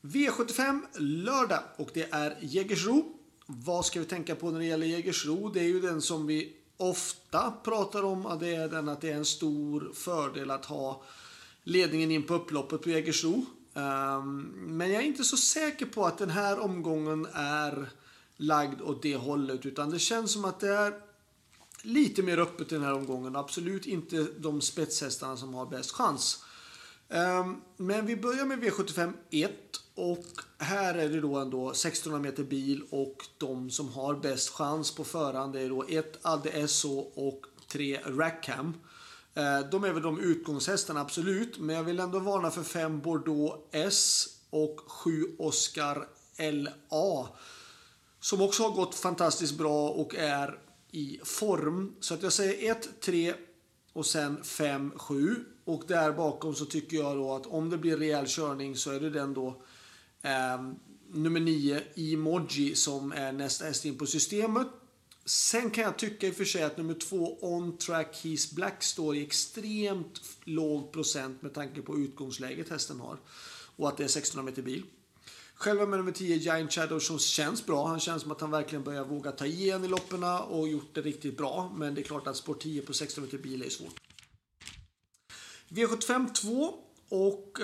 V75 lördag och det är Jägersro. Vad ska vi tänka på när det gäller Jägersro? Det är ju den som vi ofta pratar om. Det är den att det är en stor fördel att ha ledningen in på upploppet på Jägersro. Men jag är inte så säker på att den här omgången är lagd åt det hållet. Utan det känns som att det är lite mer öppet i den här omgången. Absolut inte de spetshästarna som har bäst chans. Men vi börjar med V75 1 och här är det då ändå 1600 meter bil och de som har bäst chans på förhand är då 1 Alde SO och 3 Rackham. De är väl de utgångshästarna absolut, men jag vill ändå varna för 5 Bordeaux S och 7 Oscar LA som också har gått fantastiskt bra och är i form. Så att jag säger 1, 3 och sen 5, 7. Och där bakom så tycker jag då att om det blir rejäl körning så är det den då nummer 9 Emoji som är nästa häst in på systemet. Sen kan jag tycka i och för sig att nummer 2 On Track He's Black står i extremt låg procent med tanke på utgångsläget hästen har. Och att det är 1600 meter bil. Själva med nummer 10 Giant Shadow som känns bra. Han känns som att han verkligen börjar våga ta igen i lopperna och gjort det riktigt bra. Men det är klart att sport 10 på 16 meter bil är svårt. V75 2 och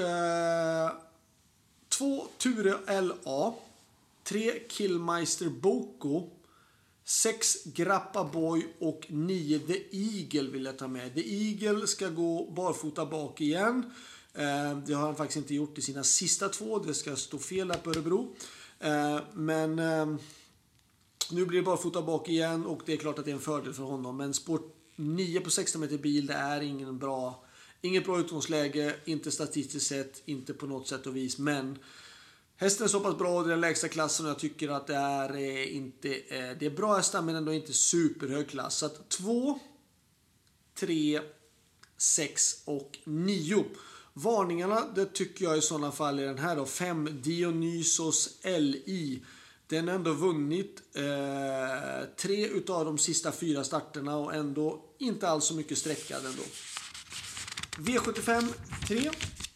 2 Ture LA, 3 Killmeister Boko, 6 Grappa Boy och 9 The Eagle vill jag ta med. The Eagle ska gå barfota bak igen. Det har han faktiskt inte gjort i sina sista 2. Det ska stå fel där på Örebro. Men nu blir det barfota bak igen och det är klart att det är en fördel för honom. Men sport 9 på 16 meter bil, det är inget bra utgångsläge, inte statistiskt sett, inte på något sätt och vis. Men hästen är så pass bra i den lägsta klassen och jag tycker att det är bra hästar men ändå inte superhög klass. Så att 2, 3, 6 och 9. Varningarna, det tycker jag i sådana fall är den här då. 5 Dionysos LI. Den har ändå vunnit 3 utav de sista 4 starterna och ändå inte alls så mycket sträckad ändå. V75 3.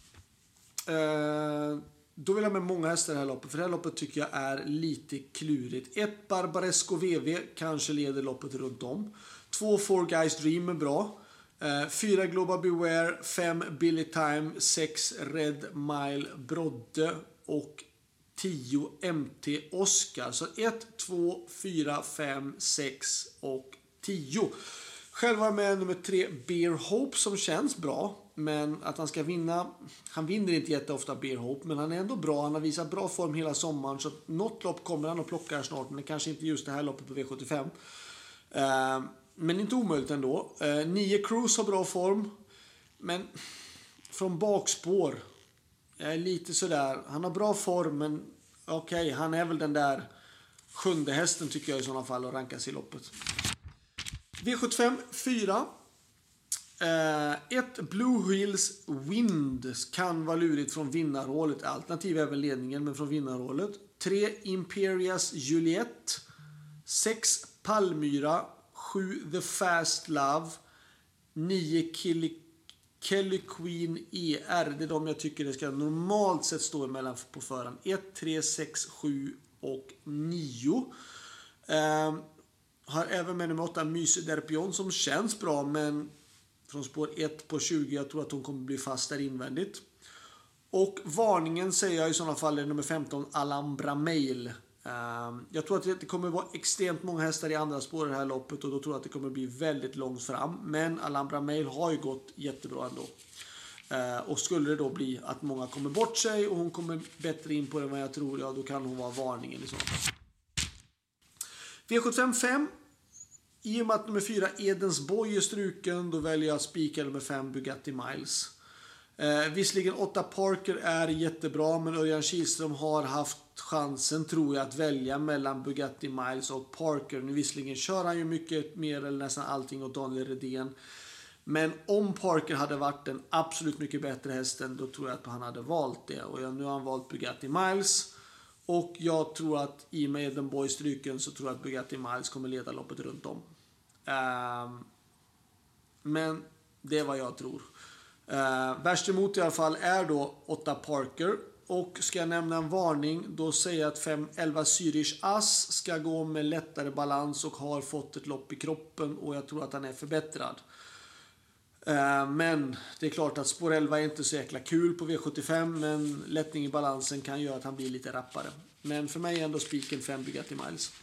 Då vill jag med många hästar i det här loppet. För det här loppet tycker jag är lite klurigt. 1 Barbaresco VV kanske leder loppet runt om. 2 Four Guys Dream är bra. 4 Global Beware. 5 Billy Time. 6 Red Mile Brodde. Och 10 MT Oscar. Så 1, 2, 4, 5, 6 och 10. Själv var med nummer 3 Bear Hope som känns bra. Men att han ska vinna. Han vinner inte jätteofta Bear Hope. Men han är ändå bra. Han har visat bra form hela sommaren. Så något lopp kommer han att plocka här snart. Men kanske inte just det här loppet på V75. Men inte omöjligt ändå. 9 Cruise har bra form. Men från bakspår. Jag är lite sådär. Han har bra form. Men okej, han är väl den där 7:e hästen tycker jag i sådana fall. Och rankas i loppet. V75 4. 1 Blue Hills Wind kan vara lurigt från vinnarhålet. Alternativ är väl ledningen men från vinnarhålet. 3 Imperias Juliet. 6 Palmyra. 7 The Fast Love. 9 Kelly Queen ER. Det är de jag tycker det ska normalt sett stå emellan på förhand. 1, 3, 6, 7 och 9. Har även med nummer 8 Myse Derpion som känns bra men från spår 1 på 20 jag tror att hon kommer bli fast där invändigt. Och varningen säger jag i sådana fall är nummer 15 Alhambra Mail. Jag tror att det kommer vara extremt många hästar i andra spår i det här loppet och då tror jag att det kommer bli väldigt långt fram. Men Alhambra Mail har ju gått jättebra ändå. Och skulle det då bli att många kommer bort sig och hon kommer bättre in på det än vad jag tror, ja då kan hon vara varningen i sådana fall. V75 5. I och med att nummer 4 Edens Boy är struken, då väljer jag att spika nummer 5 Bugatti Miles. Visserligen 8 Parker är jättebra, men Örjan Kihlström har haft chansen tror jag att välja mellan Bugatti Miles och Parker. Nu visserligen kör han ju mycket mer eller nästan allting åt Daniel Redén. Men om Parker hade varit den absolut mycket bättre hästen, då tror jag att han hade valt det. Och nu har han valt Bugatti Miles. Och jag tror att i och med den boy stryken så tror jag att Bugatti Miles kommer leda loppet runt om. Men det är vad jag tror. Värst emot i alla fall är då 8 Parker. Och ska jag nämna en varning, då säger jag att 511 Zürich Ass ska gå med lättare balans och har fått ett lopp i kroppen och jag tror att han är förbättrad. Men det är klart att spår 11 är inte så jäkla kul på V75, men lättning i balansen kan göra att han blir lite rappare. Men för mig är ändå spiken 5 Bugatti Miles.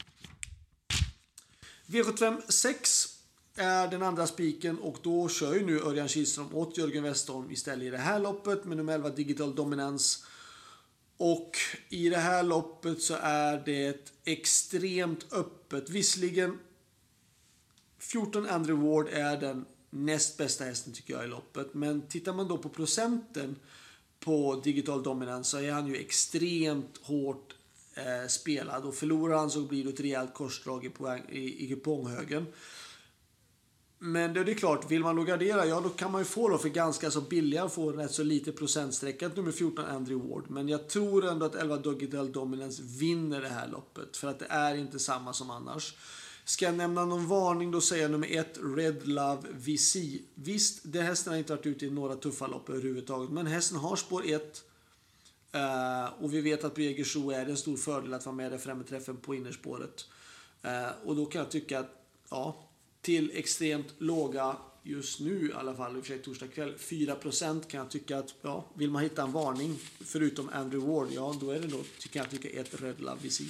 V75 6 är den andra spiken och då kör ju nu Örjan Kihlström åt Jörgen Westholm istället i det här loppet med nummer 11 Digital Dominance. Och i det här loppet så är det extremt öppet. Visserligen 14 Andrew Ward är den näst bästa hästen tycker jag i loppet. Men tittar man då på procenten på Digital Dominance så är han ju extremt hårt spelad. Och förlorar han så blir det ett rejält korsdrag i kuponghögen. Men det är klart, vill man då gardera, ja då kan man ju få då för ganska så billiga få rätt så lite procentsträckat nummer 14 Andrew Ward. Men jag tror ändå att 11 Digital Dominance vinner det här loppet. För att det är inte samma som annars. Ska jag nämna någon varning då säger jag nummer 1 Red Love VC. Visst, det hästen har inte varit ute i några tuffa lopp överhuvudtaget. Men hästen har spår 1. Och vi vet att på Jägersro är det en stor fördel att vara med där framme träffen på innerspåret. Och då kan jag tycka att ja, till extremt låga just nu i alla fall, i och för sig torsdag kväll, 4% kan jag tycka att ja, vill man hitta en varning förutom Andrew Ward, ja då är det då tycker jag ett Red Love VC.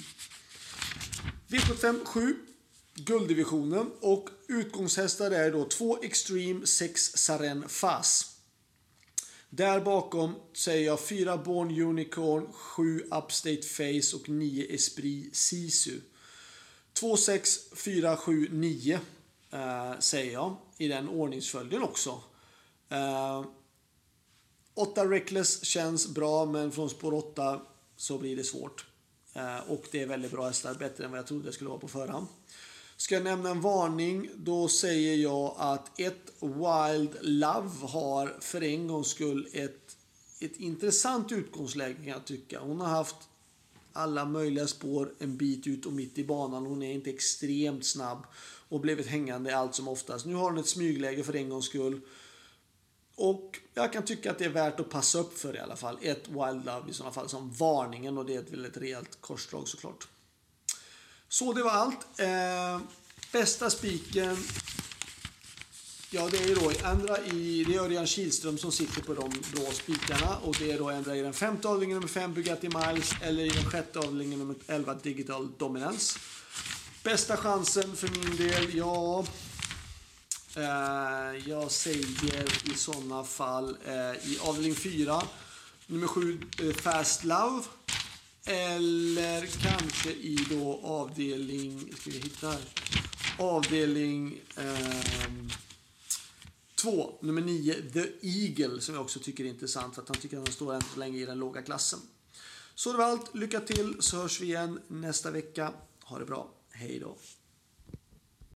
V75 7 gulddivisionen och utgångshästar är då 2 Extreme, 6 Saren Fas. Där bakom säger jag 4 Born Unicorn, 7 Upstate Face och 9 Esprit Sisu. 2, 6, 4, 7, 9 säger jag i den ordningsföljden också. 8 Reckless känns bra, men från spår 8 så blir det svårt. Och det är väldigt bra hästar, bättre än vad jag trodde det skulle vara på förhand. Ska jag nämna en varning, då säger jag att ett Wild Love har för en gångs skull ett intressant utgångsläge kan jag tycka. Hon har haft alla möjliga spår en bit ut och mitt i banan. Hon är inte extremt snabb och blivit hängande allt som oftast. Nu har hon ett smygläge för en gångs skull. Och jag kan tycka att det är värt att passa upp för i alla fall. Ett Wild Love i sådana fall som varningen, och det är ett väldigt rejält korsdrag såklart. Så det var allt. Bästa spiken. Ja, det är då det är Örjan Kihlström som sitter på de blå spikarna. Och det är då ändra i den 5:e avdelningen nummer 5 Bugatti Miles eller i den 6:e avdelningen nummer 11 Digital Dominance. Bästa chansen för min del, ja... jag säger i sådana fall i avdelning 4 nummer 7 Fast Love. Eller kanske i då avdelning... Ska vi hitta här? Avdelning 2, nummer 9, The Eagle, som jag också tycker är intressant för att han tycker att han står än så länge i den låga klassen. Så det var allt. Lycka till, så hörs vi igen nästa vecka. Ha det bra. Hej då.